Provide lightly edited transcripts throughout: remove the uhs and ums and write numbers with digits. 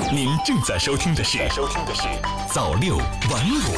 您正在收听的是早六晚五。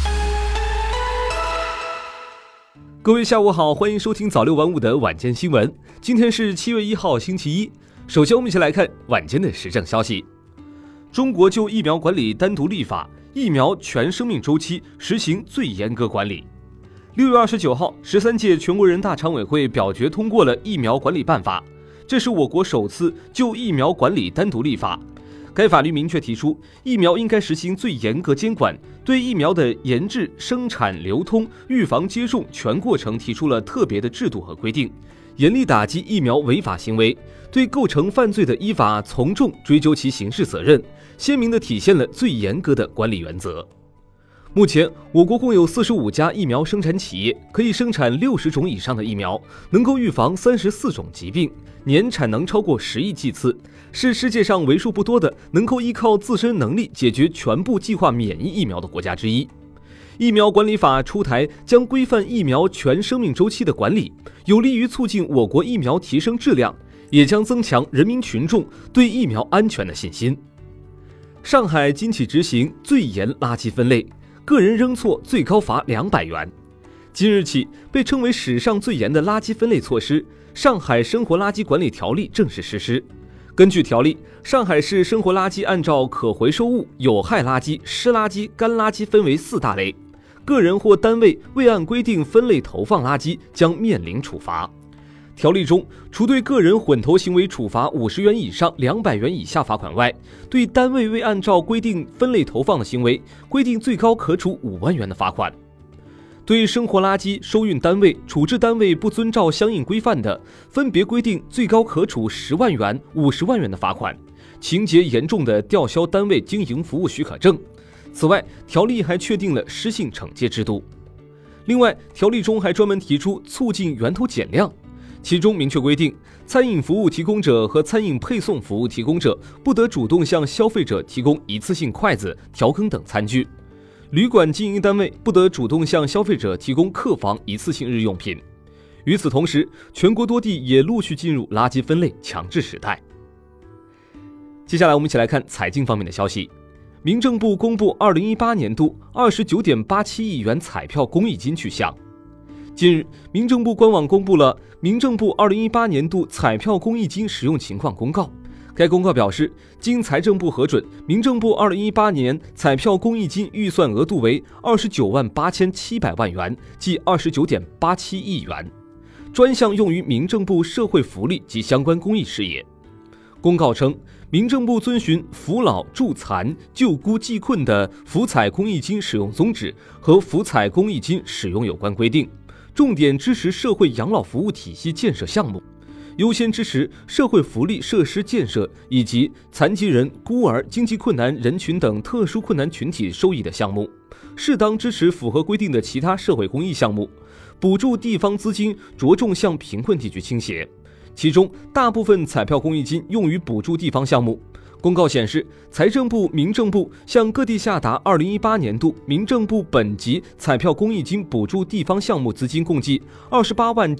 各位下午好，欢迎收听早六晚五的晚间新闻。今天是7月1号星期一。首先我们一起来看晚间的时政消息。中国就疫苗管理单独立法，疫苗全生命周期实行最严格管理。6月29号，13届全国人大常委会表决通过了疫苗管理办法，这是我国首次就疫苗管理单独立法。该法律明确提出，疫苗应该实行最严格监管，对疫苗的研制、生产、流通、预防接种全过程提出了特别的制度和规定，严厉打击疫苗违法行为，对构成犯罪的依法从重追究其刑事责任，鲜明地体现了最严格的管理原则。目前，我国共有45家疫苗生产企业，可以生产60种以上的疫苗，能够预防34种疾病，年产能超过10亿剂次，是世界上为数不多的能够依靠自身能力解决全部计划免疫疫苗的国家之一。疫苗管理法出台将规范疫苗全生命周期的管理，有利于促进我国疫苗提升质量，也将增强人民群众对疫苗安全的信心。上海今起执行最严垃圾分类，个人扔错最高罚200元。今日起，被称为史上最严的垃圾分类措施《上海生活垃圾管理条例》正式实施。根据条例，上海市生活垃圾按照可回收物、有害垃圾、湿垃圾、干垃圾分为4大类，个人或单位未按规定分类投放垃圾将面临处罚。条例中，除对个人混投行为处罚50元以上200元以下罚款外，对单位未按照规定分类投放的行为，规定最高可处5万元的罚款。对生活垃圾收运单位、处置单位不遵照相应规范的，分别规定最高可处10万元、50万元的罚款，情节严重的吊销单位经营服务许可证。此外，条例还确定了失信惩戒制度。另外，条例中还专门提出促进源头减量，其中明确规定，餐饮服务提供者和餐饮配送服务提供者不得主动向消费者提供一次性筷子、调羹等餐具；旅馆经营单位不得主动向消费者提供客房一次性日用品。与此同时，全国多地也陆续进入垃圾分类强制时代。接下来我们一起来看财经方面的消息。民政部公布2018年度29.87亿元彩票公益金去向。近日，民政部官网公布了民政部2018年度彩票公益金使用情况公告。该公告表示，经财政部核准，民政部2018年彩票公益金预算额度为298700万元，即29.87亿元，专项用于民政部社会福利及相关公益事业。公告称，民政部遵循扶老助残、救孤济困的福彩公益金使用宗旨和福彩公益金使用有关规定，重点支持社会养老服务体系建设项目，优先支持社会福利设施建设以及残疾人、孤儿、经济困难人群等特殊困难群体受益的项目，适当支持符合规定的其他社会公益项目，补助地方资金着重向贫困地区倾斜。其中，大部分彩票公益金用于补助地方项目。公告显示，财政部、民政部向各地下达2018年度民政部本级彩票公益金补助地方项目资金共计28万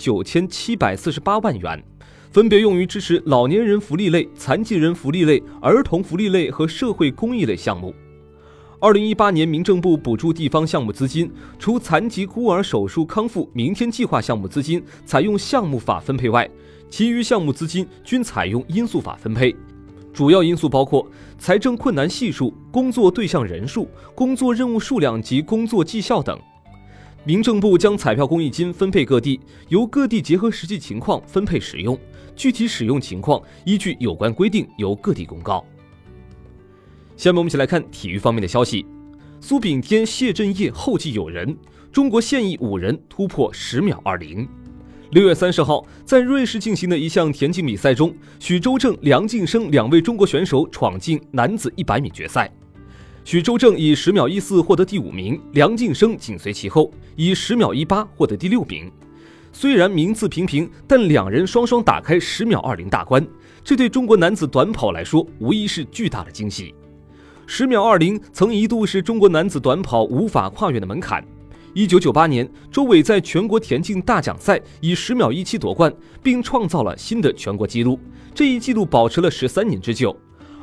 9748万元，分别用于支持老年人福利类、残疾人福利类、儿童福利类和社会公益类项目。2018年民政部补助地方项目资金，除残疾孤儿手术康复明天计划项目资金采用项目法分配外，其余项目资金均采用因素法分配。主要因素包括财政困难系数、工作对象人数、工作任务数量及工作绩效等。民政部将彩票公益金分配各地，由各地结合实际情况分配使用，具体使用情况依据有关规定由各地公告。下面我们一起来看体育方面的消息。苏炳添、谢震业后继有人，中国现役5人突破10秒20。6月30号，在瑞士进行的一项田径比赛中，许周正、梁晋生2位中国选手闯进男子100米决赛。许周正以10秒14获得第5名，梁晋生紧随其后，以10秒18获得第6名。虽然名次平平，但两人双双打开10秒20大关，这对中国男子短跑来说无疑是巨大的惊喜。10秒20曾一度是中国男子短跑无法跨越的门槛。1998年，周伟在全国田径大奖赛以10秒17夺冠，并创造了新的全国纪录，这一纪录保持了13年之久。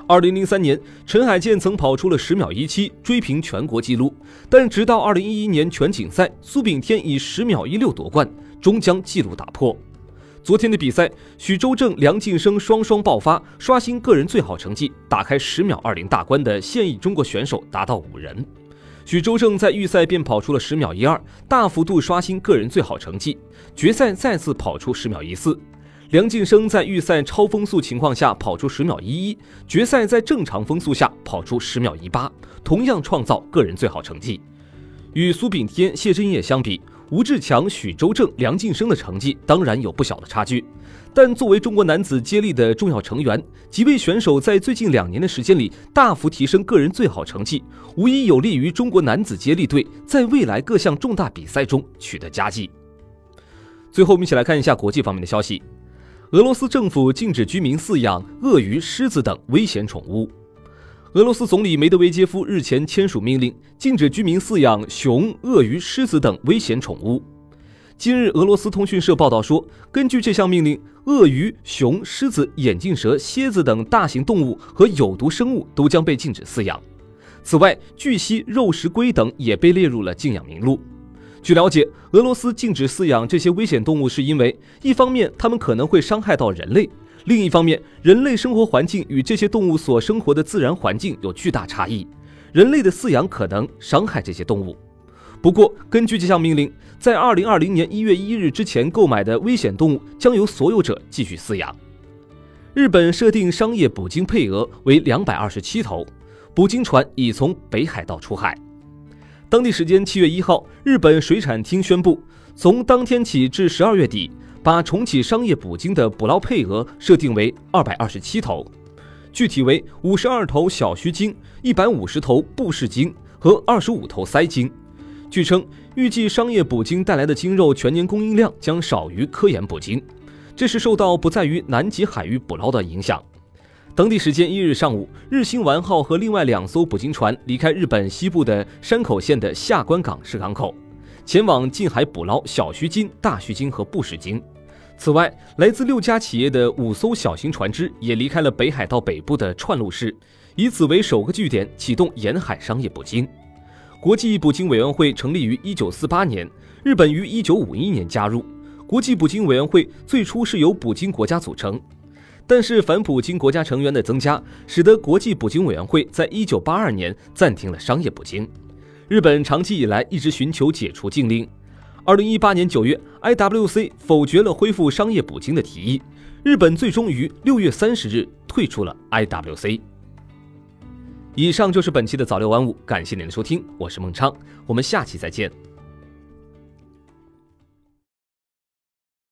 2003年，陈海健曾跑出了10秒17，追平全国纪录。但直到2011年全锦赛，苏炳添以10秒16夺冠，终将纪录打破。昨天的比赛，许周正、梁晋生双双爆发，刷新个人最好成绩，打开10秒20大关的现役中国选手达到5人。许周正在预赛便跑出了10秒12，大幅度刷新个人最好成绩，决赛再次跑出10秒14。梁晋生在预赛超风速情况下跑出10秒11，决赛在正常风速下跑出10秒18，同样创造个人最好成绩。与苏炳添、谢震业相比，吴志强、许周正、梁晋生的成绩当然有不小的差距，但作为中国男子接力的重要成员，几位选手在最近2年的时间里大幅提升个人最好成绩，无疑有利于中国男子接力队在未来各项重大比赛中取得佳绩。最后我们一起来看一下国际方面的消息。俄罗斯政府禁止居民饲养鳄鱼、狮子等危险宠物。俄罗斯总理梅德韦杰夫日前签署命令，禁止居民饲养熊、鳄鱼、狮子等危险宠物。今日，俄罗斯通讯社报道说，根据这项命令，鳄鱼、熊、狮子、眼镜蛇、蝎子等大型动物和有毒生物都将被禁止饲养。此外，巨蜥、肉食龟等也被列入了禁养名录。据了解，俄罗斯禁止饲养这些危险动物是因为，一方面它们可能会伤害到人类，另一方面人类生活环境与这些动物所生活的自然环境有巨大差异，人类的饲养可能伤害这些动物。不过，根据这项命令，在2020年1月1日之前购买的危险动物将由所有者继续饲养。日本设定商业捕鲸配额为227头，捕鲸船已从北海道出海。当地时间7月1号，日本水产厅宣布，从当天起至12月底，把重启商业捕鲸的捕捞配额设定为227头，具体为52头小须鲸、150头布氏鲸和25头鳃鲸。据称，预计商业捕鲸带来的鲸肉全年供应量将少于科研捕鲸，这是受到不在于南极海域捕捞的影响。当地时间1日上午，日兴丸号和另外2艘捕鲸船离开日本西部的山口县的下关港市港口，前往近海捕捞小须鲸、大须鲸和布氏鲸。此外，来自6家企业的5艘小型船只也离开了北海道北部的串路市，以此为首个据点，启动沿海商业捕鲸。国际捕鲸委员会成立于1948年，日本于1951年加入。国际捕鲸委员会最初是由捕鲸国家组成，但是反捕鲸国家成员的增加，使得国际捕鲸委员会在1982年暂停了商业捕鲸。日本长期以来一直寻求解除禁令。2018年9月 ，IWC 否决了恢复商业捕鲸的提议，日本最终于6月30日退出了 IWC。以上就是本期的早6晚5，感谢您的收听，我是孟昌，我们下期再见。